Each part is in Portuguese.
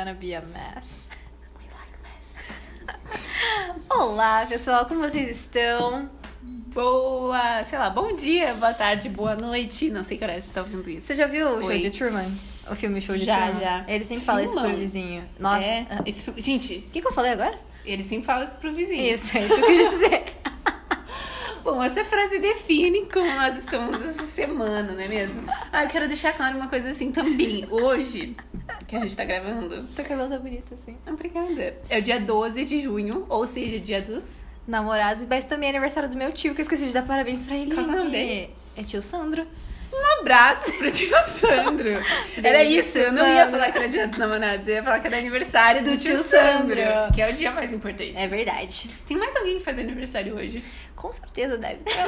gonna be a mess. We like mess. Olá, pessoal, como vocês estão? Boa, sei lá, bom dia, boa tarde, boa noite. Não sei que hora você tá ouvindo isso. Você já viu o Show Oi. de Truman? O filme Show de Truman? Já. Ele sempre fala isso pro vizinho. Nossa. Gente, O que eu falei agora? ele sempre fala isso pro vizinho. Isso, é isso que eu quis dizer. Bom, essa frase define como nós estamos essa semana, não é mesmo? Eu quero deixar claro uma coisa assim também. Hoje, que a gente tá gravando... Teu cabelo tá bonito assim. Obrigada. É o dia 12 de junho, ou seja, dia dos... Namorados, mas também é aniversário do meu tio, que eu esqueci de dar parabéns pra ele. Qual que é o nome dele? É tio Sandro. Um abraço pro tio Sandro. Era isso, eu não ia falar que era dia dos namorados, eu ia falar que era aniversário do tio Sandro, que é o dia mais importante. É verdade. Tem mais alguém que faz aniversário hoje? Com certeza deve ter.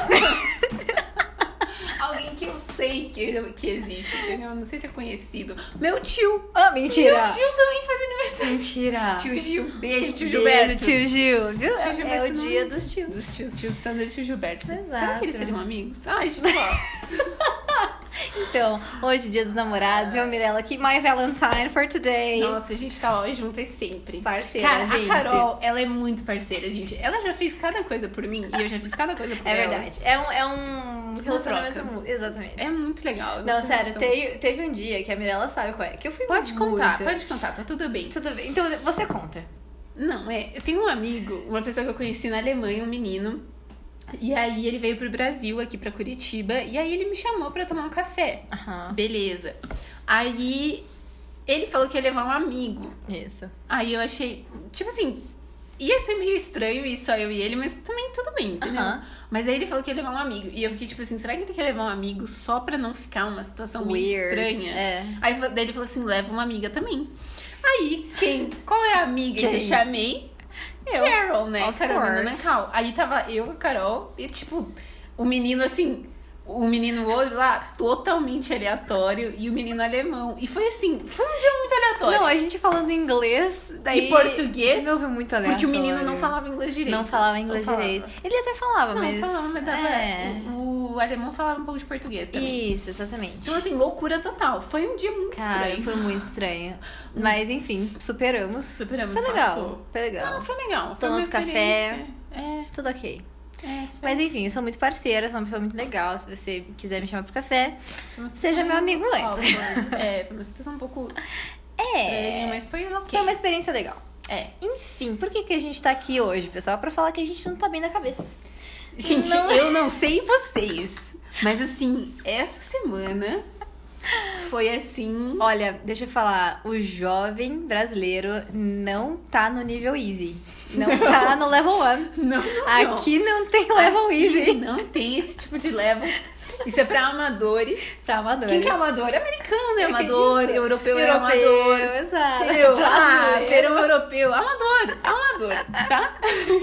Alguém que eu sei que existe, entendeu? Não sei se é conhecido. Meu tio. Ah, mentira. Meu tio também faz aniversário. Mentira. Tio Gil. Beijo, tio Beijo, Gilberto. tio Gil, viu? Tio É Gilberto o dia dos tios. Dos tios, tio Sandro e tio Gilberto. Será Exato. que eles seriam amigos? Ai, gente, ó. Então, hoje, dia dos namorados, eu, Mirella, aqui, my Valentine for today. Nossa, a gente tá ó, juntas sempre. Parceira, Cara, gente. a Carol, ela é muito parceira, gente. Ela já fez cada coisa por mim e eu já fiz cada coisa por É ela. verdade. É um relacionamento troca. muito. Exatamente. É muito legal. Não, nossa sério, relação. teve um dia que a Mirella sabe qual é. Que eu fui Pode muito... contar, tá tudo bem. Tudo bem. Então, você conta. Não, eu tenho um amigo, uma pessoa que eu conheci na Alemanha, um menino. E aí ele veio pro Brasil, aqui pra Curitiba. E aí ele me chamou pra tomar um café. Aham. Beleza. Aí ele falou que ia levar um amigo. Isso. Aí eu achei, tipo assim, ia ser meio estranho ir só eu e ele, mas também tudo bem, entendeu? Aham. Mas aí ele falou que ia levar um amigo. E eu fiquei tipo assim, será que ele quer levar um amigo só pra não ficar uma situação meio Weird. estranha? É. Aí daí ele falou assim, leva uma amiga também. Aí, qual é a amiga que eu chamei? Eu. Carol, né? Of Carolina course. Nancal. Aí tava eu, a Carol, e tipo, o menino assim, o menino outro lá, totalmente aleatório, e o menino alemão. E foi assim, foi um dia muito aleatório. Não, a gente falando inglês, daí... E português, Não, foi muito aleatório. porque o menino não falava inglês direito. Não falava inglês Ou falava? direito. Ele até falava, Não, mas... falava, mas dava... É. O alemão falava um pouco de português também. Isso, exatamente. Então, assim, loucura total. Foi um dia muito Cara, estranho. foi muito estranho. Mas, enfim, superamos. Superamos, Foi legal. passou. Foi legal. Não, foi legal. Foi Tomamos uma café. experiência. É, Tudo ok. foi. Mas enfim, eu sou muito parceira, sou uma pessoa muito legal. Se você quiser me chamar pro café, Foi uma seja situação meu amigo antes. awkward. É, foi uma situação um pouco estranha, mas foi ok. Foi uma experiência legal. É. Enfim, por que a gente tá aqui hoje, pessoal? Pra falar que a gente não tá bem na cabeça. Gente, Não. eu não sei vocês, mas assim, essa semana foi assim... Olha, deixa eu falar, o jovem brasileiro não tá no nível easy. Não tá no level 1. Não, Aqui não tem level Aqui easy. não tem esse tipo de level. Isso é pra amadores. Pra amadores. Quem que é amador? Americano é amador, Isso. europeu é amador. Exato. Entendeu? Brasileiro. Verão europeu, amador, tá?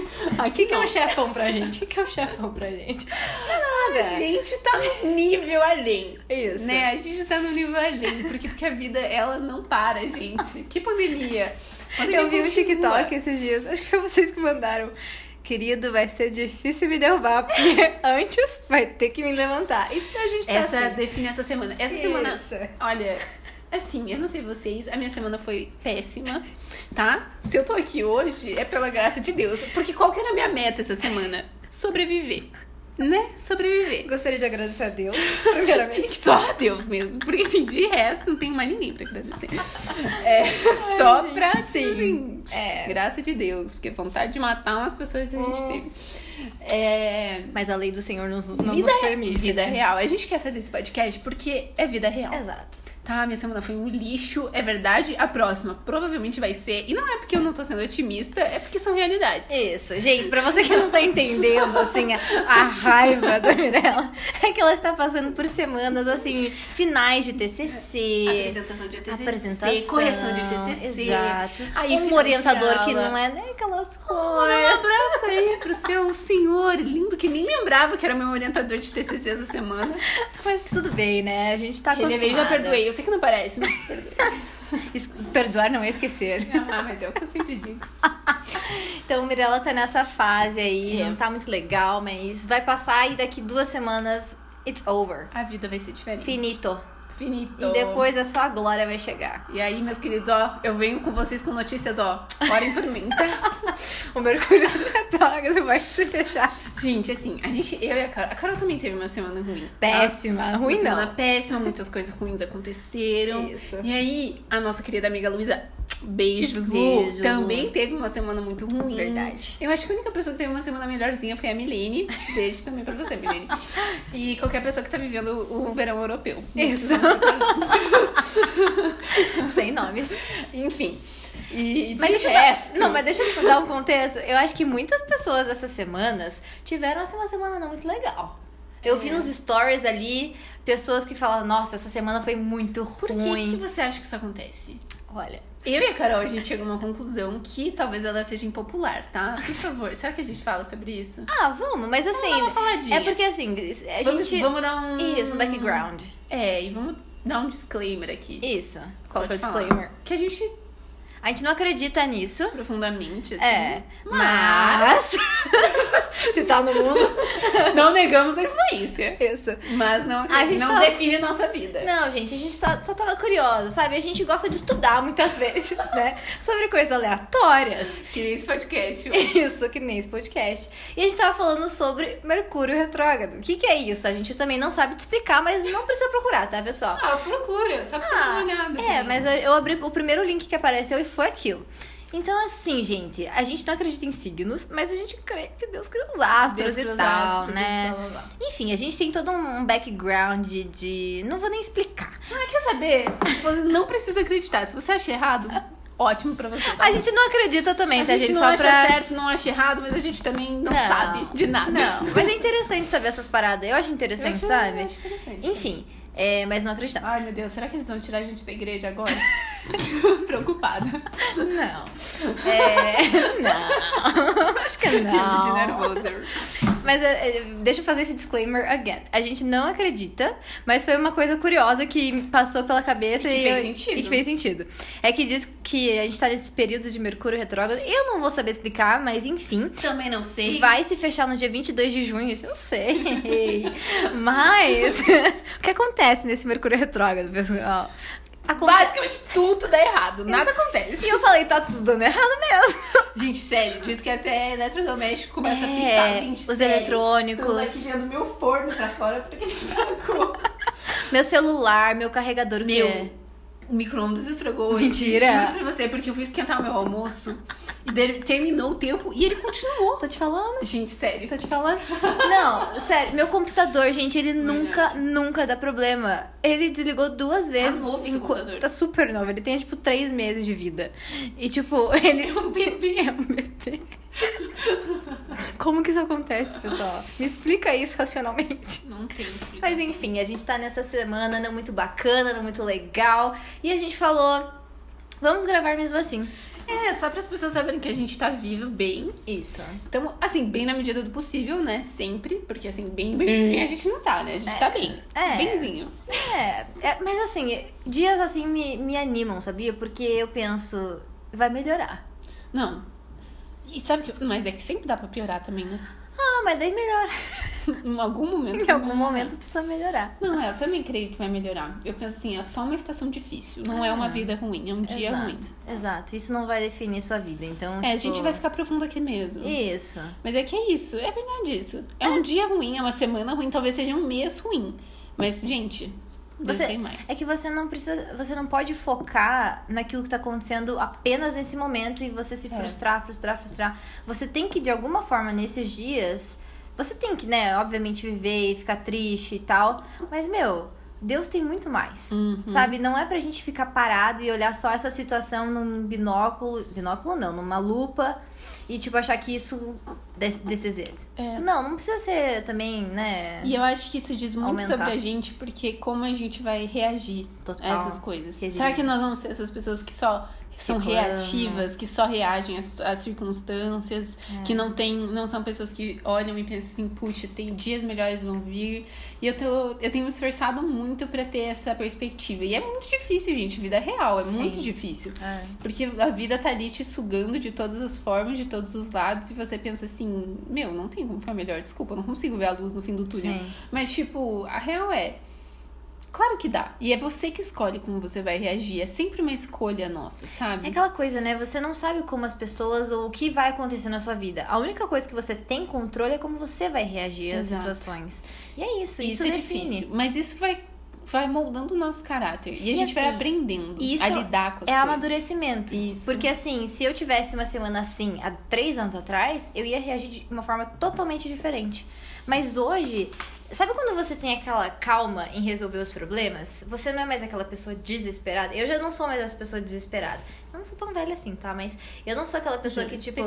O que é não. um chefão pra gente? O que é um chefão pra gente? Não é nada. A gente tá no nível além. Isso. Né? A gente tá no nível além. Porque a vida, ela não para, gente. Que pandemia. Pandemia Eu vi um continua. TikTok esses dias, acho que foi vocês que mandaram. Querido, vai ser difícil me derrubar, porque antes vai ter que me levantar. E a gente tá Essa assim. define essa semana. Essa Isso. semana, olha, assim, eu não sei vocês, a minha semana foi péssima, tá? Se eu tô aqui hoje, é pela graça de Deus. Porque qual que era a minha meta essa semana? Sobreviver. Né? Sobreviver. Gostaria de agradecer a Deus, primeiramente. Só a Deus mesmo. Porque assim, de resto, não tem mais ninguém pra agradecer. É só gente, pra, sim. tipo assim, É. graça de Deus. Porque vontade de matar umas pessoas a gente teve. É... Mas a lei do Senhor não nos Vida, permite. vida real. A gente quer fazer esse podcast porque é vida real. Exato. Tá, minha semana foi um lixo, é verdade. A próxima provavelmente vai ser. E não é porque eu não tô sendo otimista, é porque são realidades. Isso, gente, pra você que não tá entendendo, assim, a raiva da Mirella, é que ela está passando por semanas, assim, finais de TCC. Apresentação de TCC, Apresentação, correção de TCC. Exato. Aí, Um final orientador de que aula. não é nem aquelas Um coisas. abraço aí pro seu senhor lindo, que nem lembrava que era meu orientador de TCC essa semana. Mas tudo bem, né? A gente tá acostumada. Relevei, já perdoei. Eu sei que não parece, mas perdoei. Perdoar não é esquecer. Ah, mas é o que eu sempre digo. Então, Mirella tá nessa fase aí, não tá muito legal, mas vai passar e daqui 2 semanas, it's over. A vida vai ser diferente. Finito. Finito. E depois é só a glória vai chegar. E aí, meus queridos, ó, eu venho com vocês com notícias, ó. Orem por mim, tá? O Mercúrio retrógrado vai se fechar. Gente, assim, eu e a Carol também teve uma semana ruim. Péssima. Tá? Ruim uma não. semana péssima, muitas coisas ruins aconteceram. Isso. E aí, a nossa querida amiga Luísa, beijos, Lu, Beijo, também Lu. teve uma semana muito ruim. Verdade. Eu acho que a única pessoa que teve uma semana melhorzinha foi a Milene. Beijo também pra você, Milene. E qualquer pessoa que tá vivendo o verão europeu. Isso. Sem nomes. Enfim. E Mas de deixa resto... mas deixa eu dar um contexto. Eu acho que muitas pessoas essas semanas tiveram assim, uma semana não muito legal. Eu vi nos stories ali pessoas que falaram, nossa, essa semana foi muito ruim. Por que você acha que isso acontece? Olha, Eu e a Carol, a gente chegou a uma conclusão que talvez ela seja impopular, tá? Por favor, será que a gente fala sobre isso? vamos, mas assim... Vamos dar uma faladinha. É porque assim, a gente... Vamos dar um... Isso, um background. E vamos dar um disclaimer aqui. Isso. Qual que é o Pode falar. disclaimer? Que a gente, A gente não acredita nisso. profundamente, assim... Mas... Se tá no mundo... Não negamos a influência. Isso. Mas não, A gente não tá- define nossa vida. Não, gente, a gente só tava curiosa, sabe? A gente gosta de estudar muitas vezes, né? Sobre coisas aleatórias. Que nem esse podcast. Isso, que nem esse podcast. E a gente tava falando sobre Mercúrio retrógrado. O que que é isso? A gente também não sabe te explicar, mas não precisa procurar, tá, pessoal? Procura. Só pra você dar uma olhada. também. Mas eu abri o primeiro link que apareceu e foi aquilo. Então, assim, gente, a gente não acredita em signos, mas a gente crê que Deus criou os astros Deus e criou os tal, astros e né? blá, blá, blá. Enfim, a gente tem todo um background de... Não vou nem explicar. Quer saber? Você não precisa acreditar. Se você acha errado, ótimo pra você. Tá? A gente não acredita também, A tá, gente não Só acha pra... certo, não acha errado, mas a gente também não sabe de nada. Não, mas é interessante saber essas paradas. Eu acho interessante, sabe? Eu acho interessante. Enfim, mas não acreditamos. Ai, meu Deus, será que eles vão tirar a gente da igreja agora? Preocupada. Não. Não. Acho que não. De nervoso. Mas deixa eu fazer esse disclaimer again. A gente não acredita, mas foi uma coisa curiosa que passou pela cabeça E que fez sentido. E que fez sentido. É que diz que a gente tá nesse período de Mercúrio retrógrado. Eu não vou saber explicar, mas enfim. Também não sei. Vai se fechar no dia 22 de junho, isso eu sei. Mas o que acontece nesse Mercúrio retrógrado, pessoal? Basicamente tudo dá errado, nada acontece. E eu falei, tá tudo dando errado mesmo. Gente, sério, diz que até eletrodoméstico começa a É, pifar, gente. os sério. eletrônicos. Estamos aqui vendo meu forno pra fora porque ele estragou. Meu celular, meu carregador, o Meu, quê? o micro-ondas estragou. Mentira. Eu juro pra você, porque eu fui esquentar o meu almoço e terminou o tempo e ele continuou. Tô te falando. Gente, sério. Tô te falando. Não, sério, meu computador, gente, ele nunca dá problema. Ele desligou 2 vezes. novo esse computador. Tá super novo. Ele tem, tipo, 3 meses de vida. E, tipo, ele... É um bebê. É um bebê. Como que isso acontece, pessoal? Me explica isso racionalmente. Não tem explicação. Mas enfim, a gente tá nessa semana não muito bacana, não muito legal. E a gente falou, vamos gravar mesmo assim. Só para as pessoas saberem que a gente tá vivo, bem. Isso. Então, assim, bem na medida do possível, né? Sempre. Porque, assim, bem a gente não tá, né? A gente tá bem. Benzinho. Mas assim, dias assim me animam, sabia? Porque eu penso, vai melhorar. Não. E sabe que... Mas é que sempre dá pra piorar também, né? Mas daí melhora. Em algum momento. Em algum momento precisa melhorar. Não, eu também creio que vai melhorar. Eu penso assim, é só uma estação difícil. Não é uma vida ruim, é um dia ruim. Exato. Isso não vai definir sua vida. Então, A gente vai ficar profundo aqui mesmo. Isso. Mas é que é isso, é verdade isso. É um dia ruim, é uma semana ruim, talvez seja um mês ruim. Mas, gente, Deus tem mais. É que você não precisa, você não pode focar naquilo que tá acontecendo apenas nesse momento e você se frustrar. Você tem que, de alguma forma, nesses dias, você tem que, né, obviamente viver e ficar triste e tal, mas, Deus tem muito mais, sabe? Não é pra gente ficar parado e olhar só essa situação num binóculo não, numa lupa e, tipo, achar que isso desses jeito. Tipo, não precisa ser também, né? E eu acho que isso diz muito aumentar. sobre a gente, porque como a gente vai reagir Total. a essas coisas. Resiliência. Será que nós vamos ser essas pessoas que só são reativas, que só reagem às circunstâncias, que não são pessoas que olham e pensam assim, puxa, tem dias melhores vão vir. E eu tenho me esforçado muito pra ter essa perspectiva. E é muito difícil, gente, vida real, muito difícil. Porque a vida tá ali te sugando de todas as formas, de todos os lados, e você pensa assim, não tem como ficar melhor, desculpa, eu não consigo ver a luz no fim do túnel. Sim. Mas, tipo, a real é, Claro que dá. E é você que escolhe como você vai reagir. É sempre uma escolha nossa, sabe? É aquela coisa, né? Você não sabe como as pessoas ou o que vai acontecer na sua vida. A única coisa que você tem controle é como você vai reagir às situações. E é isso Isso é define. difícil. Mas isso vai moldando o nosso caráter. E a gente vai aprendendo a lidar com as coisas. É amadurecimento. Isso. Porque assim, se eu tivesse uma semana assim há 3 anos atrás, eu ia reagir de uma forma totalmente diferente. Mas hoje, sabe quando você tem aquela calma em resolver os problemas? Você não é mais aquela pessoa desesperada. Eu já não sou mais essa pessoa desesperada. Eu não sou tão velha assim, tá? Mas eu não sou aquela pessoa que, tipo...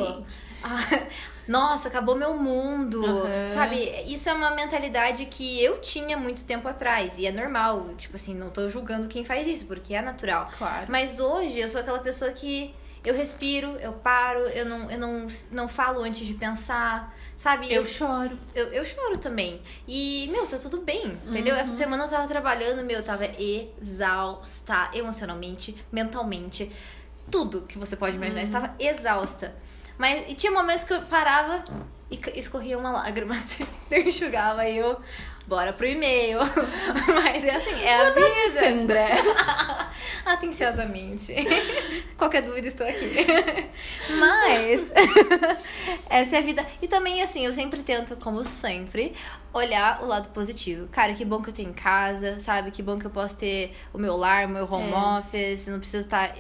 nossa, acabou meu mundo, sabe? Isso é uma mentalidade que eu tinha muito tempo atrás. E é normal, tipo assim, não tô julgando quem faz isso, porque é natural. Claro. Mas hoje eu sou aquela pessoa que... Eu respiro, eu paro, eu não falo antes de pensar, sabe? Eu choro. Eu choro também. E, meu, tá tudo bem, entendeu? Essa semana eu tava trabalhando, eu tava exausta emocionalmente, mentalmente. Tudo que você pode imaginar, eu estava exausta. Mas e tinha momentos que eu parava e escorria uma lágrima, assim, eu enxugava e eu... Bora pro e-mail. Mas é assim, é a vida. Sandra. Atenciosamente. Qualquer dúvida, estou aqui. Mas essa é a vida. E também, assim, eu sempre tento, como sempre, olhar o lado positivo. Cara, que bom que eu tenho em casa, sabe? Que bom que eu posso ter o meu lar, o meu home office. Não preciso estar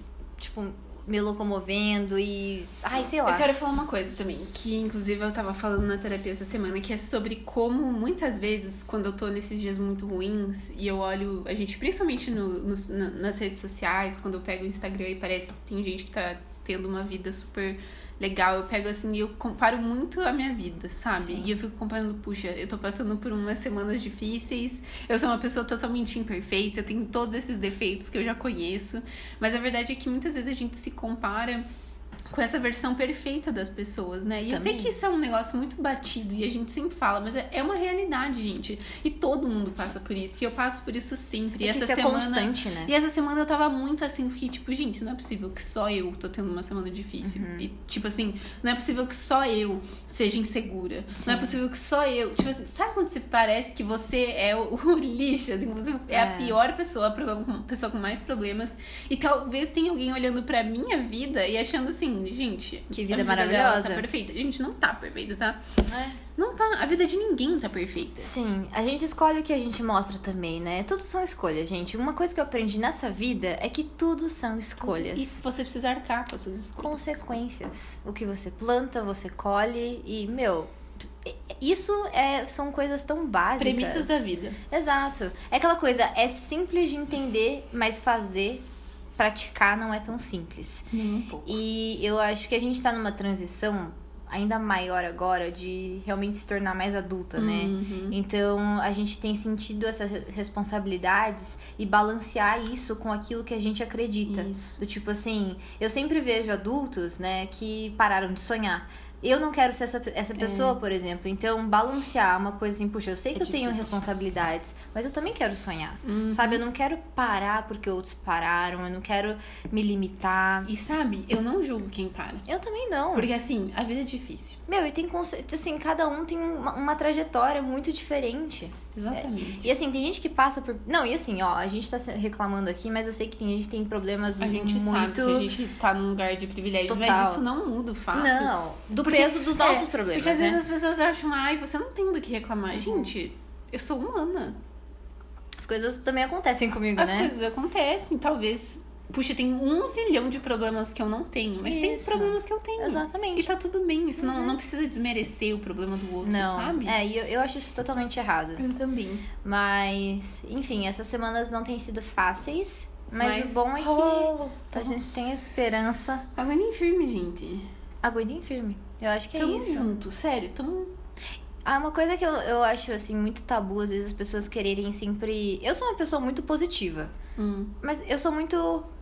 me locomovendo e... Ai, sei lá. Eu quero falar uma coisa também, que inclusive eu tava falando na terapia essa semana, que é sobre como muitas vezes, quando eu tô nesses dias muito ruins, e eu olho a gente, principalmente nas redes sociais, quando eu pego o Instagram e parece que tem gente que tá tendo uma vida super legal, eu pego assim e eu comparo muito a minha vida, sabe? Sim. E eu fico comparando, puxa, eu tô passando por umas semanas difíceis, eu sou uma pessoa totalmente imperfeita, eu tenho todos esses defeitos que eu já conheço, mas a verdade é que muitas vezes a gente se compara com essa versão perfeita das pessoas, né? E eu sei que isso é um negócio muito batido e a gente sempre fala, mas é uma realidade, gente. E todo mundo passa por isso. E eu passo por isso sempre. E essa semana, é constante, né? E essa semana eu tava muito assim, fiquei tipo, gente, não é possível que só eu tô tendo uma semana difícil. E tipo assim, não é possível que só eu seja insegura. Sim. Não é possível que só eu... Tipo assim, sabe quando você parece que você é o lixo, assim, você é a pior pessoa, a pessoa com mais problemas. E talvez tenha alguém olhando pra minha vida e achando assim, gente, que vida a maravilhosa. Tá perfeita. Gente, não tá perfeita, tá? É. Não tá. A vida de ninguém tá perfeita. Sim, a gente escolhe o que a gente mostra também, né? Tudo são escolhas, gente. Uma coisa que eu aprendi nessa vida é que tudo são escolhas. E você precisa arcar com as suas escolhas. Consequências. O que você planta, você colhe e, isso são coisas tão básicas. Premissas da vida. Exato. É aquela coisa, é simples de entender, mas praticar não é tão simples. Nem um pouco. E eu acho que a gente tá numa transição ainda maior agora de realmente se tornar mais adulta, né? Então, a gente tem sentido essas responsabilidades e balancear isso com aquilo que a gente acredita. Isso. Do tipo assim, eu sempre vejo adultos, né, que pararam de sonhar. Eu não quero ser essa pessoa, por exemplo. Então, balancear uma coisa assim, puxa, eu sei que eu tenho responsabilidades, mas eu também quero sonhar, sabe? Eu não quero parar porque outros pararam, eu não quero me limitar. E sabe, eu não julgo quem para. Eu também não. Porque assim, a vida é difícil. E tem assim, cada um tem uma trajetória muito diferente. Exatamente. E assim, tem gente que passa por... Não, e assim, ó, a gente tá reclamando aqui, mas eu sei que tem gente que tem problemas a gente muito... sabe que a gente tá num lugar de privilégio, mas isso não muda o fato. Não, do peso dos nossos problemas, porque às né? vezes as pessoas acham, ai, você não tem do que reclamar. Gente, eu sou humana. As coisas também acontecem comigo, As né? coisas acontecem, talvez... Puxa, tem 1 zilhão de problemas que eu não tenho, mas tem problemas que eu tenho. Exatamente. E tá tudo bem, isso não precisa desmerecer o problema do outro, sabe? E eu acho isso totalmente errado. Eu também. Mas, enfim, essas semanas não têm sido fáceis, mas o bom é que a gente tem esperança. Aguardem firme, gente. Aguardem firme. Eu acho que é isso. Tamo junto, sério, uma coisa que eu acho, assim, muito tabu, às vezes as pessoas quererem sempre... Eu sou uma pessoa muito positiva, mas eu sou muito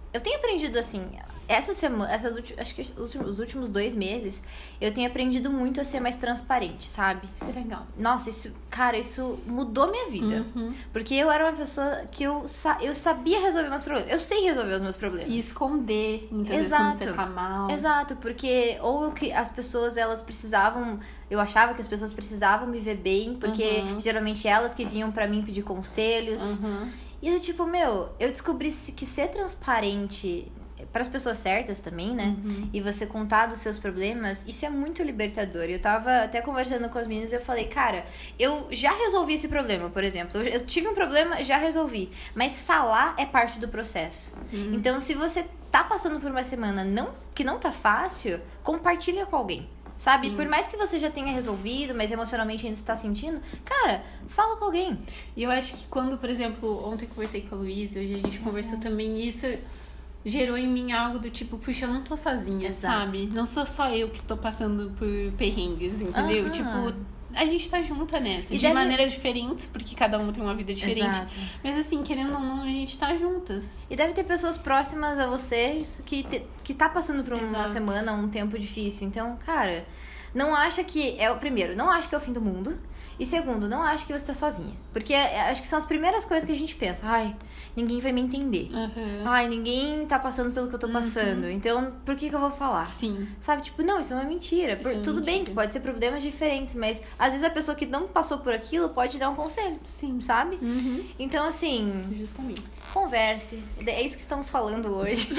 eu tenho aprendido assim, essa semana, acho que os últimos 2 meses, eu tenho aprendido muito a ser mais transparente, sabe? Isso é legal. Nossa, isso mudou minha vida. Porque eu era uma pessoa que eu sabia resolver meus problemas. Eu sei resolver os meus problemas. E esconder, muitas vezes, quando você tá mal. Exato, porque ou que as pessoas, elas precisavam... Eu achava que as pessoas precisavam me ver bem, porque geralmente elas que vinham pra mim pedir conselhos. E eu, tipo, eu descobri que ser transparente para as pessoas certas também, né? E você contar dos seus problemas, isso é muito libertador. Eu tava até conversando com as meninas e eu falei, cara, eu já resolvi esse problema, por exemplo. Eu tive um problema, já resolvi. Mas falar é parte do processo. Então, se você tá passando por uma semana que não tá fácil, compartilha com alguém. Sabe? Sim. Por mais que você já tenha resolvido, mas emocionalmente ainda está sentindo, cara, fala com alguém. E eu acho que quando, por exemplo, ontem eu conversei com a Luísa, hoje a gente conversou também, isso gerou em mim algo do tipo, puxa, eu não tô sozinha, sabe? Não sou só eu que tô passando por perrengues, entendeu? Tipo, a gente tá junta nessa. De maneiras diferentes, porque cada uma tem uma vida diferente. Exato. Mas assim, querendo ou não, a gente tá juntas. E deve ter pessoas próximas a vocês que tá passando por uma semana, um tempo difícil. Então, cara, não acha que primeiro, não acha que é o fim do mundo. E segundo, não acha que você tá sozinha. Porque acho que são as primeiras coisas que a gente pensa. Ai, ninguém vai me entender. Ai, ninguém tá passando pelo que eu tô passando. Então, por que eu vou falar? Sim. Sabe, tipo, não, isso é uma mentira. Tudo bem que pode ser problemas diferentes, mas às vezes a pessoa que não passou por aquilo pode dar um conselho. Sim. Sabe? Então, assim... Justamente. Converse. É isso que estamos falando hoje.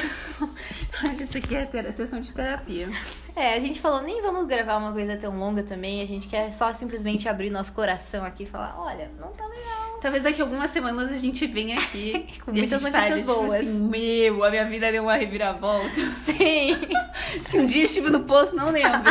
Olha, isso aqui é a sessão de terapia. A gente falou, nem vamos gravar uma coisa tão longa também. A gente quer só simplesmente abrir nosso coração aqui e falar, olha, não tá legal. Talvez daqui a algumas semanas a gente venha aqui com muitas notícias boas. Tipo assim, a minha vida deu uma reviravolta. Sim. Se um dia estive no poço, não lembro.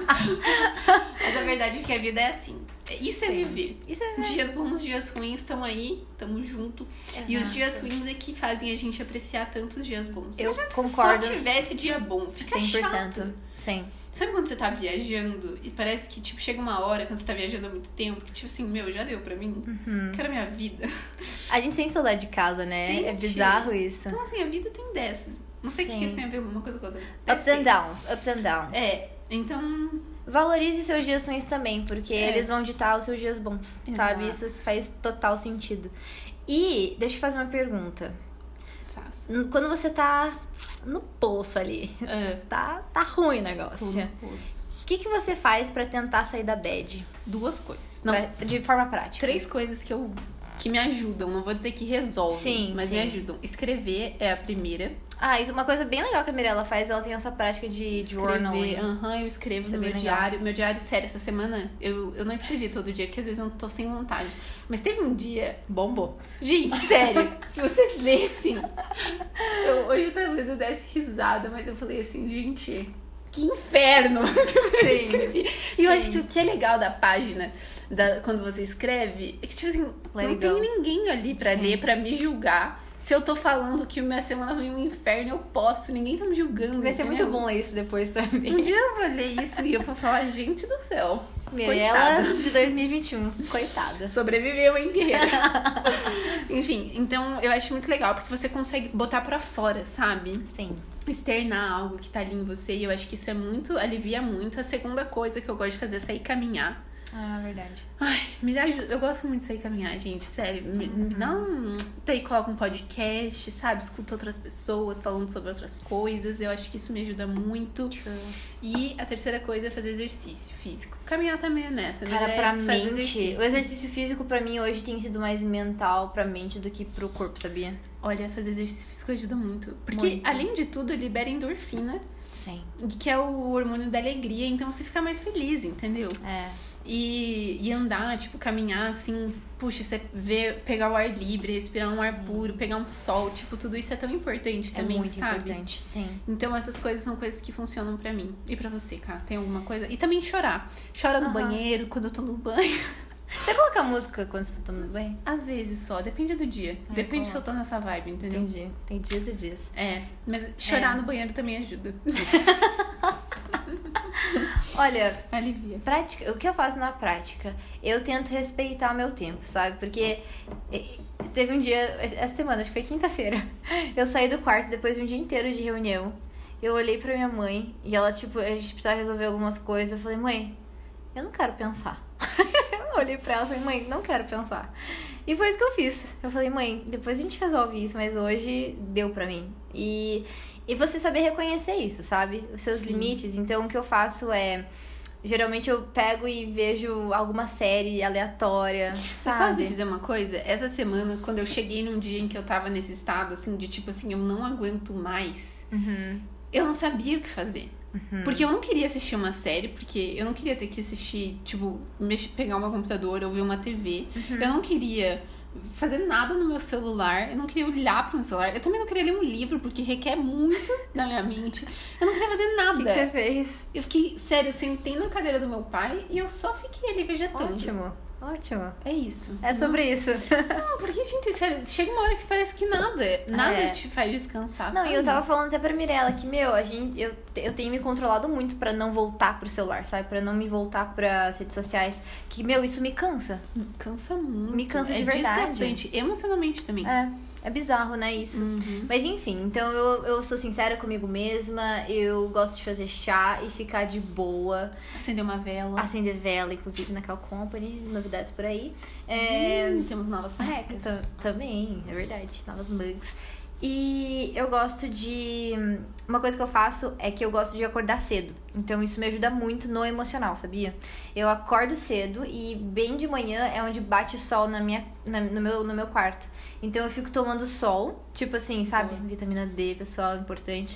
Mas a verdade é que a vida é assim. Isso é viver. Isso é dias bons, dias ruins estão aí, estamos junto. E os dias ruins é que fazem a gente apreciar tantos dias bons. Eu concordo. Se só tivesse dia bom, fica 100%. Chato. Sim. Sabe quando você tá viajando e parece que, tipo, chega uma hora, quando você tá viajando há muito tempo, que, tipo assim, já deu pra mim? Quero a minha vida. A gente sente saudade de casa, né? Sente. É bizarro isso. Então, assim, a vida tem dessas. Não sei o que isso tem a ver uma coisa com a outra. Ups and downs. Então... Valorize seus dias ruins também, porque eles vão ditar os seus dias bons, sabe? Isso faz total sentido. E, deixa eu fazer uma pergunta. Faço. Quando você tá no poço ali, tá ruim o negócio. O que você faz pra tentar sair da bad? 2 coisas. De forma prática. 3 coisas que me ajudam. Não vou dizer que resolvem, mas me ajudam. Escrever é a primeira. Isso é uma coisa bem legal que a Mirella faz. Ela tem essa prática de journaling. Eu escrevo no meu diário. Meu diário, sério, essa semana eu não escrevi todo dia, porque às vezes eu não tô sem vontade. Mas teve um dia... Bombou. Gente, sério, se vocês lessem... Hoje talvez eu desse risada, mas eu falei assim, gente... Que inferno! Sim. E eu acho que o que é legal da página, quando você escreve, é que, tipo assim, não tem ninguém ali pra ler, pra me julgar. Se eu tô falando que minha semana foi um inferno, eu posso. Ninguém tá me julgando. Vai ser muito bom ler isso depois também. Um dia eu vou ler isso e eu vou falar, gente do céu. Mirella de 2021. Coitada. Sobreviveu, hein, guerreira? Enfim, então eu acho muito legal, porque você consegue botar pra fora, sabe? Sim. Externar algo que tá ali em você. E eu acho que isso alivia muito. A segunda coisa que eu gosto de fazer é sair caminhar. Verdade. Ai, me ajuda. Eu gosto muito de sair caminhar, gente, sério. Me dá daí coloca um podcast, sabe? Escuta outras pessoas falando sobre outras coisas. Eu acho que isso me ajuda muito. True. E a terceira coisa é fazer exercício físico. Caminhar também é nessa, cara, mas pra mente. O exercício físico pra mim hoje tem sido mais mental pra mente do que pro corpo, sabia? Olha, fazer exercício físico ajuda muito. Porque, além de tudo, libera endorfina. Sim. Que é o hormônio da alegria. Então você fica mais feliz, entendeu? E andar, tipo, caminhar, assim, puxa, você pegar o ar livre, respirar um ar puro, pegar um sol, tipo, tudo isso é tão importante também, muito sabe? Importante, sim. Então essas coisas são coisas que funcionam pra mim. E pra você, cara, tem alguma coisa? E também chorar. Chora no banheiro, quando eu tô no banho. Você coloca música quando você tá tomando banho? Às vezes só, depende do dia. Depende se eu tô nessa vibe, entendeu? Entendi. Tem dias e dias. Mas chorar no banheiro também ajuda. Olha, Alivia. prática, o que eu faço na prática? Eu tento respeitar o meu tempo, sabe? Porque teve um dia, essa semana, acho que foi quinta-feira, eu saí do quarto depois de um dia inteiro de reunião. Eu olhei pra minha mãe e ela, tipo, a gente precisava resolver algumas coisas. Eu falei, mãe, eu não quero pensar. Eu olhei pra ela e falei, mãe, não quero pensar. E foi isso que eu fiz. Eu falei, mãe, depois a gente resolve isso, mas hoje deu pra mim. E você saber reconhecer isso, sabe? Os seus limites. Então, o que eu faço é... Geralmente eu pego e vejo alguma série aleatória, sabe? Mas posso dizer uma coisa? Essa semana, quando eu cheguei num dia em que eu tava nesse estado, assim, de tipo assim, eu não aguento mais, eu não sabia o que fazer. Porque eu não queria assistir uma série, porque eu não queria ter que assistir, tipo, pegar o meu computador ou ver uma TV. Eu não queria fazer nada no meu celular, eu não queria olhar pro meu celular, eu também não queria ler um livro, porque requer muito da minha mente. Eu não queria fazer nada. O que você fez? Eu fiquei, sério, eu sentei na cadeira do meu pai e eu só fiquei ali vegetando. Ótimo. É isso. É sobre isso. Não, porque, gente, sério, chega uma hora que parece que nada te faz descansar, Não, sabe? e eu tava falando até pra Mirella que, eu tenho me controlado muito pra não voltar pro celular, sabe? Pra não me voltar pras redes sociais. Que, isso me cansa. Cansa muito. Me cansa de verdade. Desgastante, emocionalmente também. É bizarro, né, isso? Mas enfim, então eu sou sincera comigo mesma, eu gosto de fazer chá e ficar de boa. Acender uma vela. Acender vela, inclusive na Cal Company, novidades por aí. Temos novas marcas. Também, é verdade, novas mugs. E eu gosto de... Uma coisa que eu faço é que eu gosto de acordar cedo. Então isso me ajuda muito no emocional, sabia? Eu acordo cedo e bem de manhã é onde bate o sol no meu quarto. Então eu fico tomando sol, tipo assim, sabe? Vitamina D, pessoal, importante.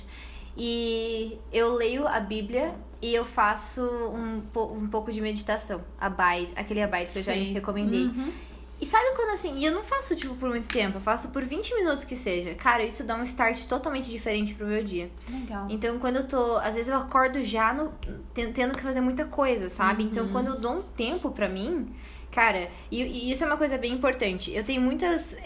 E eu leio a Bíblia e eu faço um pouco de meditação. Aquele Abide que eu já recomendei. E sabe quando assim, e eu não faço tipo por muito tempo, eu faço por 20 minutos que seja. Cara, isso dá um start totalmente diferente pro meu dia. Legal. Então quando eu tô, às vezes eu acordo já tendo que fazer muita coisa, sabe? Então quando eu dou um tempo pra mim, cara, e isso é uma coisa bem importante. Eu tenho muitas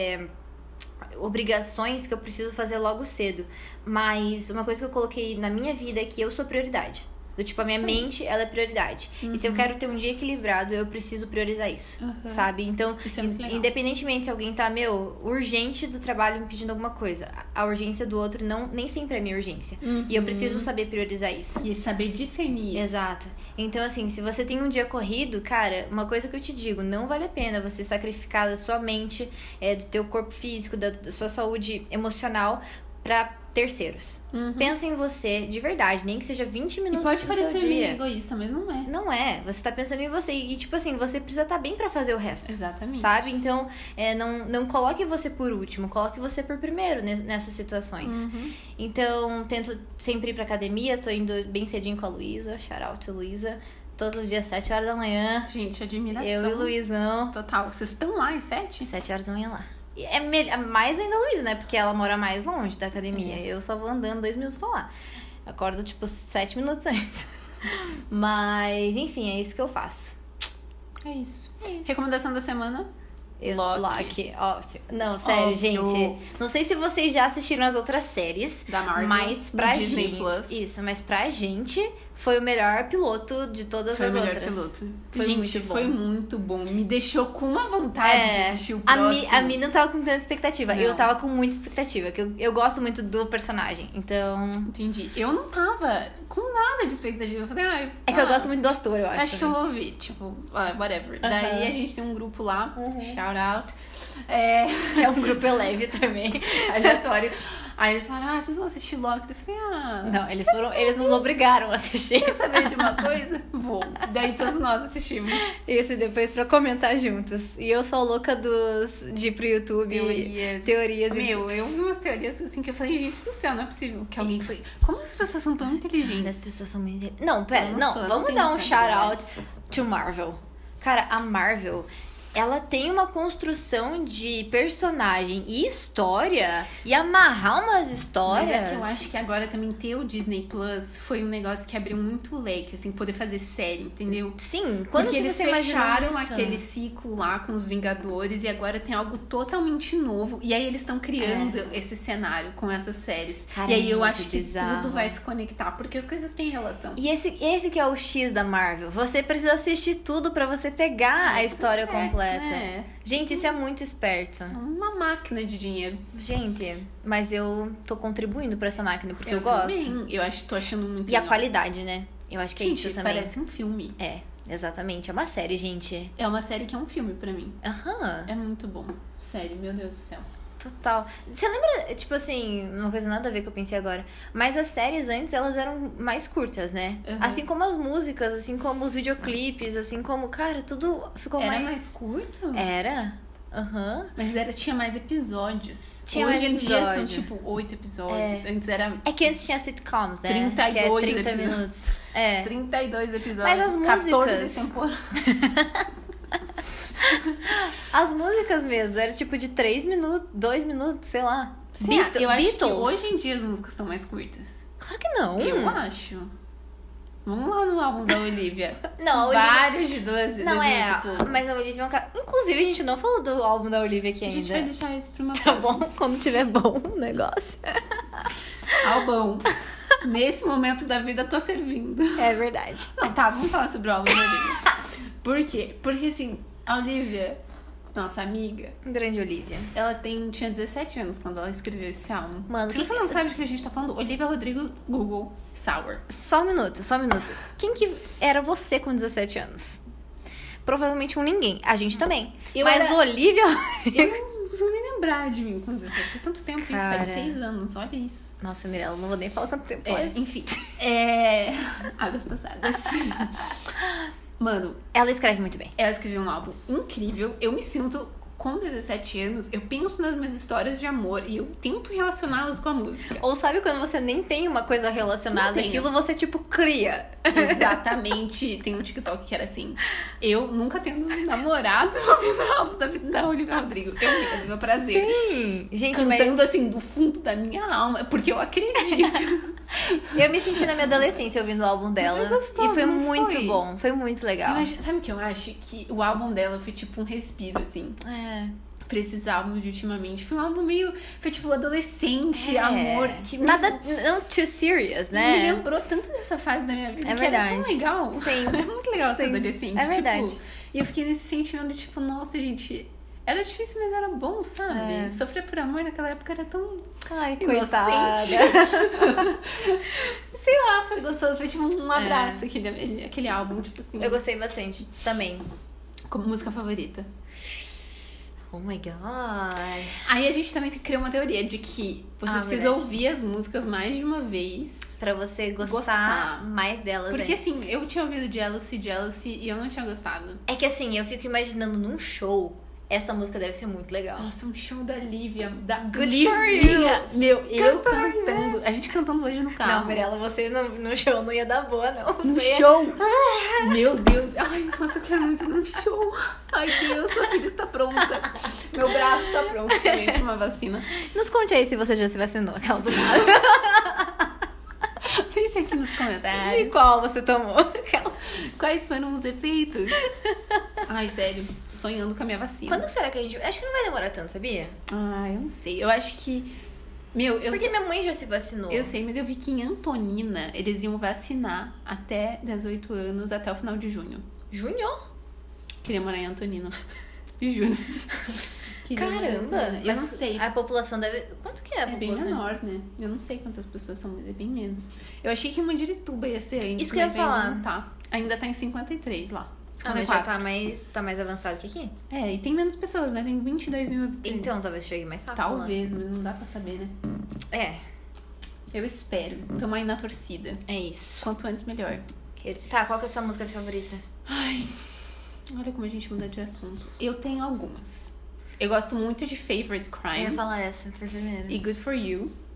obrigações que eu preciso fazer logo cedo. Mas uma coisa que eu coloquei na minha vida é que eu sou prioridade. Do tipo, a minha mente, ela é prioridade. E se eu quero ter um dia equilibrado, eu preciso priorizar isso, sabe? Então, isso é muito legal. Independentemente se alguém tá, urgente do trabalho me pedindo alguma coisa, a urgência do outro nem sempre é minha urgência. E eu preciso saber priorizar isso. E saber discernir isso. Exato. Então, assim, se você tem um dia corrido, cara, uma coisa que eu te digo, não vale a pena você sacrificar da sua mente, do teu corpo físico, da sua saúde emocional pra terceiros. Pensa em você de verdade, nem que seja 20 minutos do seu dia. Pode parecer meio egoísta, mas não é. Não é. Você tá pensando em você. E, tipo assim, você precisa estar bem pra fazer o resto. Exatamente. Sabe? Então, não coloque você por último. Coloque você por primeiro nessas situações. Então, tento sempre ir pra academia. Tô indo bem cedinho com a Luísa. Shout out to Luísa. Todo dia, 7 horas da manhã. Gente, admiração. Eu e o Luizão. Total. Vocês estão lá às 7? 7 horas da manhã lá. É mais ainda a Luísa, né? Porque ela mora mais longe da academia. Eu só vou andando 2 minutos, tô lá. Acordo, tipo, 7 minutos antes. Mas, enfim, é isso que eu faço. É isso. Recomendação da semana? Loki. Não, sério, gente. Não sei se vocês já assistiram as outras séries. Da Marvel. Mas pra Disney gente... Plus. Isso, mas pra gente... Foi o melhor piloto de todas as outras. Foi o melhor piloto. Foi gente, muito bom. Foi muito bom. Me deixou com uma vontade de assistir o próximo. A Mi não tava com tanta expectativa. Não. Eu tava com muita expectativa. Que eu gosto muito do personagem. Então... Entendi. Eu não tava com nada de expectativa. Eu falei, É que eu gosto muito do ator, eu acho. Acho que eu vou ouvir. Tipo, whatever. Daí a gente tem um grupo lá. Shout out. É um grupo leve também. Aleatório. Aí eles falaram, vocês vão assistir Loki? Eu falei, Não, eles nos obrigaram a assistir. Quer saber de uma coisa? Vou. Daí todos nós assistimos. Isso, e depois pra comentar juntos. E eu sou louca de ir pro YouTube. Teorias. Eu vi umas teorias assim que eu falei, gente do céu, não é possível que alguém foi... Como as pessoas são tão inteligentes? As pessoas são muito inteligentes. Não, pera, não vamos dar um shout out to Marvel. Cara, a Marvel... ela tem uma construção de personagem e história e amarrar umas histórias. Mas é que eu acho que agora também ter o Disney Plus foi um negócio que abriu muito leque, assim, poder fazer série, entendeu? Sim, quando porque que eles você imaginou fecharam isso? aquele ciclo lá com os Vingadores e agora tem algo totalmente novo. E aí eles estão criando esse cenário com essas séries. Cara, e aí é eu muito acho que bizarro. tudo vai se conectar, porque as coisas têm relação. E esse que é o X da Marvel. Você precisa assistir tudo pra você pegar a história completa. Né? Gente, isso é muito esperto. É uma máquina de dinheiro. Gente, mas eu tô contribuindo pra essa máquina porque eu gosto. Também. Eu tô achando muito E a legal. qualidade, né? Eu acho que Gente, é isso também. parece um filme. É, exatamente. É uma série, gente. É uma série que é um filme pra mim. Aham. É muito bom. Sério, meu Deus do céu. Total. Você lembra, tipo assim, uma coisa nada a ver que eu pensei agora, mas as séries antes, elas eram mais curtas, né? Uhum. Assim como as músicas, assim como os videoclipes, assim como, cara, tudo ficou Era mais... mais curto? Era? Aham. Mas tinha mais episódios. Tinha Hoje mais em dia são, episódio. tipo, 8 episódios. Antes era É que antes tinha sitcoms, né? 32 que é 30 episódios. minutos. É. 32 episódios. Mas as 14 músicas... temporadas. As músicas mesmo, era tipo de 3 minutos, 2 minutos, sei lá. Sim, eu acho que hoje em dia as músicas estão mais curtas. Claro que não. Eu acho. Vamos lá no álbum da Olivia. Não, a Olivia... Vários de 12. Não, tipo... mas a Olivia é um cara... Inclusive, a gente não falou do álbum da Olivia aqui A ainda. gente vai deixar isso pra uma Tá próxima. bom? Quando tiver bom o negócio. Álbum. Nesse momento da vida tá servindo. É verdade. Não, tá, vamos falar sobre o álbum da Olivia. Por quê? Porque assim, a Olivia, nossa amiga, Grande Olivia. ela tinha 17 anos quando ela escreveu esse álbum. Mano, se você não sabe de que a gente tá falando, Olivia Rodrigo, Google, Sour. Só um minuto. Quem que era você com 17 anos? Provavelmente um ninguém. A gente também. Eu Mas era- Olivia... Eu não consigo nem lembrar de mim com 17. Faz tanto tempo isso, Cara. faz 6 anos, olha isso. Nossa, Mirella, não vou nem falar quanto tempo É, faz. enfim. Águas passadas. Mano, Ela escreve muito bem. ela escreveu um álbum incrível. Eu me sinto, com 17 anos, eu penso nas minhas histórias de amor e eu tento relacioná-las com a música. Ou sabe quando você nem tem uma coisa relacionada Não tenho. àquilo, você tipo cria. Exatamente. Tem um TikTok que era assim. Eu nunca tendo namorado ouvindo o álbum da Olivia Rodrigo. Eu mesmo, meu prazer. Sim. Gente, Cantando mas assim, do fundo da minha alma. Porque eu acredito. eu me senti na minha adolescência ouvindo o álbum dela. Mas foi gostoso, e foi não muito foi? bom. Foi muito legal. Sabe o que eu acho? Que o álbum dela foi tipo um respiro, assim. É. Pra esses álbuns de ultimamente. Foi um álbum meio... Foi tipo adolescente, É. amor. Que Nada, não too serious, né? me lembrou tanto dessa fase da minha vida. É que era tão verdade. legal. Sim. É muito legal ser Sim. adolescente. É verdade. Tipo, e eu fiquei nesse sentimento de tipo, nossa, gente... Era difícil, mas era bom, sabe? É. Sofrer por amor naquela época era tão Ai, inocente. coitada. Sei lá, foi gostoso. Foi tipo um abraço aquele álbum, tipo assim. Eu gostei bastante também. Como música favorita. Oh my god. Aí a gente também criou uma teoria de que você precisa verdade. ouvir as músicas mais de uma vez. Pra você gostar, Gostar. mais delas. Porque né? assim, eu tinha ouvido Jealousy e eu não tinha gostado. É que assim, eu fico imaginando num show, essa música deve ser muito legal. Nossa, um show da Lívia. Da Good for Livinha. Meu, eu Good for cantando. A gente cantando hoje no carro. Não, Mirella, você no show não ia dar boa, não. No Você ia- show. Meu Deus. Ai, nossa, eu quero muito ir num show. Ai, Deus, sua filha está pronta. Meu braço tá pronto também pra uma vacina. Nos conte aí se você já se vacinou, aquela do lado. Deixa aqui nos E comentários. qual você tomou? Aquela... Quais foram os efeitos? Ai, sério. Sonhando com a minha vacina. Quando será que a gente... Acho que não vai demorar tanto, sabia? Ai, eu não sei. Eu acho que... Meu, Porque minha mãe já se vacinou. Eu sei, mas eu vi que em Antonina eles iam vacinar até 18 anos, até o final de junho. Junho? Queria morar em Antonina. Juro. Queria morar em Caramba. Antonina. Eu mas não sei. A população deve... Quanto que é a É bem população? menor, né? Eu não sei quantas pessoas são, mas é bem menos. Eu achei que em Mandirituba ia ser antes, Isso que eu ia mas ainda falar. não tá. Ainda tá em 53 lá. Ah, mas já 54. tá mais avançado que aqui? É, e tem menos pessoas, né? Tem 22 mil habitantes. Então, talvez chegue mais rápido. Talvez, mas não dá pra saber, né? Lá. É, Eu espero. Tamo aí na torcida. é isso. Quanto antes, melhor. Tá, qual que é a sua música favorita? Ai, olha como a gente muda de assunto. Eu tenho algumas. Eu gosto muito de Favorite Eu ia Crime falar essa por primeiro. e Good For You.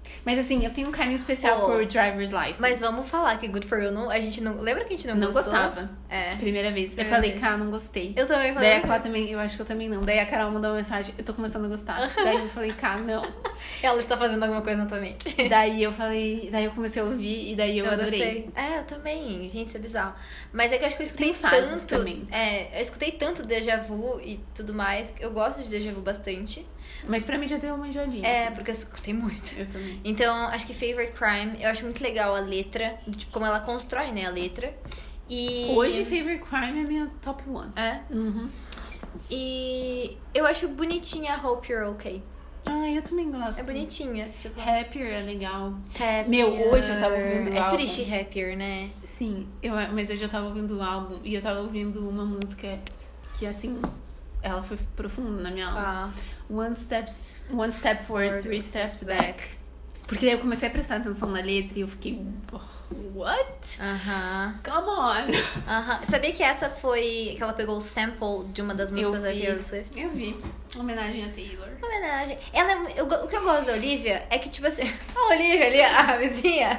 Mas assim, eu tenho um carinho especial por driver's license. Mas vamos falar que Good For You, a gente não... Lembra que a gente não gostou? Não gostava. Primeira vez. Eu falei, cara, não gostei. Eu também falei. Daí a Clá também, eu acho que eu também não. Daí a Carol mandou uma mensagem, eu tô começando a gostar. Daí eu falei, cara, não. Ela está fazendo alguma coisa na tua mente. Daí eu comecei a ouvir e daí eu adorei. Eu também. Gente, isso é bizarro. Mas é que eu acho que eu escutei fases tanto. Também. Eu escutei tanto Déjà Vu e tudo mais. Eu gosto de Déjà Vu bastante. Mas pra mim já deu uma enjoadinha. Porque eu escutei muito. Eu também. Então, acho que Favorite Crime, eu acho muito legal a letra. Tipo, como ela constrói, né, a letra. E... Hoje, Favorite Crime é minha top 1. Uhum. E eu acho bonitinha a Hope You're Okay. Eu também gosto. É bonitinha. Tipo... Happier é legal. Happier. Hoje eu tava ouvindo o álbum. É triste Happier, né? Sim, mas hoje eu tava ouvindo o álbum e eu tava ouvindo uma música que, assim, ela foi profunda na minha alma. One step forward, 3 steps back. Porque daí eu comecei a prestar atenção na letra e eu fiquei... What? Come on! Sabia que essa foi... Que ela pegou o sample de uma das músicas da Taylor Swift? Eu vi. Homenagem a Taylor. Homenagem. O que eu gosto da Olivia é que, tipo assim... A Olivia ali, a vizinha...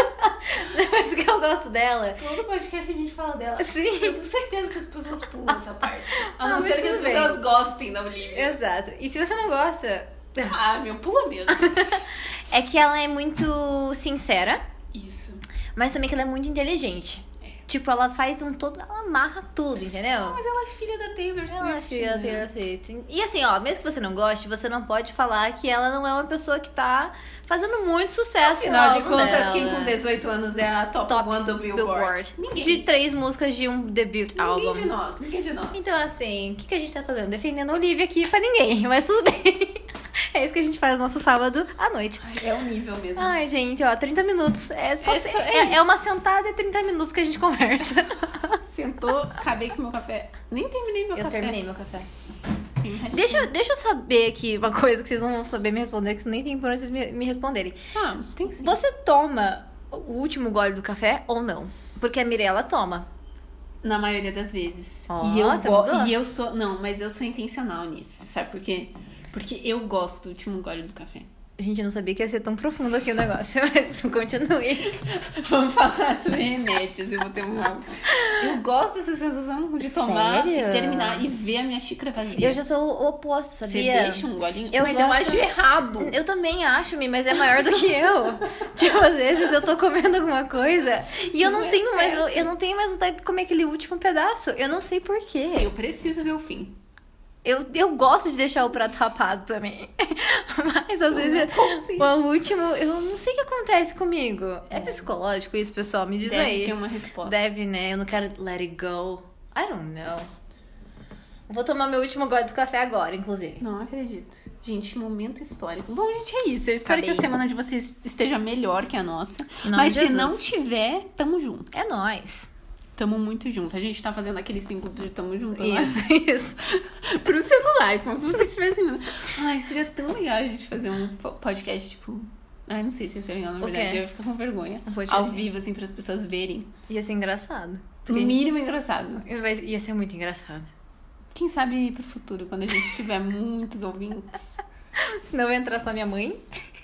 Mas o que eu gosto dela... Todo podcast a gente fala dela. Sim. Eu tenho certeza que as pessoas pulam essa parte. A não ser que as pessoas gostem da Olivia. Exato. E se você não gosta... Pula mesmo. É que ela é muito sincera. Isso. Mas também que ela é muito inteligente. Tipo, ela faz ela amarra tudo, entendeu? Mas ela é filha da Taylor Swift. Ela é filha da Taylor Swift. E assim, mesmo que você não goste, você não pode falar que ela não é uma pessoa que tá fazendo muito sucesso. Afinal de contas, quem com 18 anos é a top 1 do Billboard? Ninguém. De 3 músicas de um debut álbum. Ninguém de nós. Então, assim, o que a gente tá fazendo? Defendendo a Olivia aqui pra ninguém, mas tudo bem. É isso que a gente faz no nosso sábado à noite. É o nível mesmo. Ai, gente, 30 minutos. É uma sentada e 30 minutos que a gente conversa. Sentou, acabei com meu café. Nem terminei meu café. Eu terminei meu café. Deixa eu saber aqui uma coisa que vocês não vão saber me responder, que nem tem por onde vocês me responderem. Tem sim. Você toma o último gole do café ou não? Porque a Mirella toma. Na maioria das vezes. E eu sou... Não, mas eu sou intencional nisso. Sabe por quê? Porque eu gosto do último gole do café. Gente, eu não sabia que ia ser tão profundo aqui o negócio, mas continue. Vamos falar sobre remédios. Eu vou ter Eu gosto dessa sensação de tomar e terminar e ver a minha xícara vazia. Eu já sou o oposto, sabia? Você deixa um golinho? Mas eu acho errado. Eu também acho, mas é maior do que eu. Tipo, às vezes eu tô comendo alguma coisa e eu não tenho mais vontade de comer aquele último pedaço. Eu não sei por quê. Eu preciso ver o fim. Eu gosto de deixar o prato rapado também. Mas às vezes o último, eu não sei o que acontece comigo. É psicológico isso, pessoal? Me diz aí. Deve ter uma resposta. Deve, né? Eu não quero let it go. I don't know. Vou tomar meu último gole do café agora, inclusive. Não acredito. Gente, momento histórico. Bom, gente, é isso. Eu espero que a semana de vocês esteja melhor que a nossa. Mas se não tiver, tamo junto. É nóis. Tamo muito junto. A gente tá fazendo aquele símbolo de tamo junto, Isso. Pro celular, como se você tivesse... Ai, seria tão legal a gente fazer um podcast, tipo... Ai, não sei se ia ser legal, na verdade. Eu ia ficar com vergonha. Ao vivo, assim, pras pessoas verem. Ia ser engraçado. No mínimo engraçado. Ia ser muito engraçado. Quem sabe pro futuro, quando a gente tiver muitos ouvintes. Senão vai entrar só minha mãe.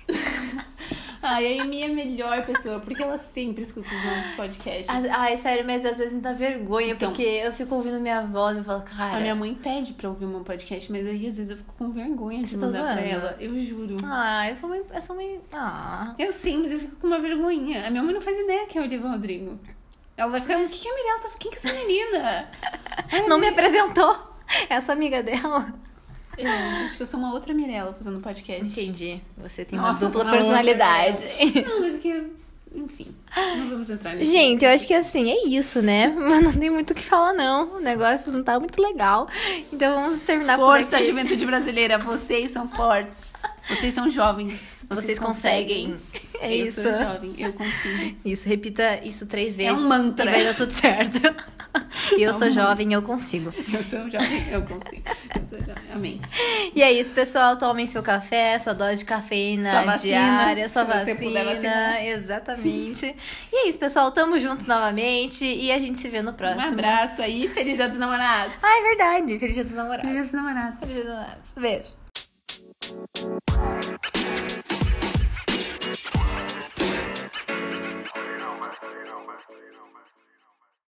Ai, a Amy é a melhor pessoa, porque ela sempre escuta os nossos podcasts. Ai, sério, mas às vezes me dá vergonha, porque eu fico ouvindo minha voz e falo, cara... A minha mãe pede pra ouvir um podcast, mas aí às vezes eu fico com vergonha de mandar pra ela. Eu juro. Eu sou meio... Eu sei, mas eu fico com uma vergonhinha. A minha mãe não faz ideia que é o Olivia Rodrigo. Ela vai ficar, o que a Mirella tá... Quem que é essa menina? Não me apresentou essa amiga dela. Acho que eu sou uma outra Mirella fazendo podcast. Entendi. Você tem uma dupla personalidade. Não, mas é que... Enfim, não vamos entrar nisso. Gente, eu acho que assim, é isso, né? Mas não tem muito o que falar, não. O negócio não tá muito legal. Então vamos terminar por aqui. Força, juventude brasileira. Vocês são fortes. Vocês são jovens. Vocês conseguem. É isso. Eu sou jovem, eu consigo. Isso, repita isso 3 vezes. É um mantra. E vai dar tudo certo. E eu sou jovem, eu consigo. Eu sou jovem, eu consigo. Amém. E é isso, pessoal. Tomem seu café, sua dose de cafeína sua vacina, diária, sua se você puder vacinar. Exatamente. E é isso, pessoal. Tamo junto novamente e a gente se vê no próximo. Um abraço aí. Feliz Dia dos Namorados. É verdade. Feliz Dia dos Namorados. Feliz Dia dos Namorados. Feliz Dia dos Namorados. Beijo.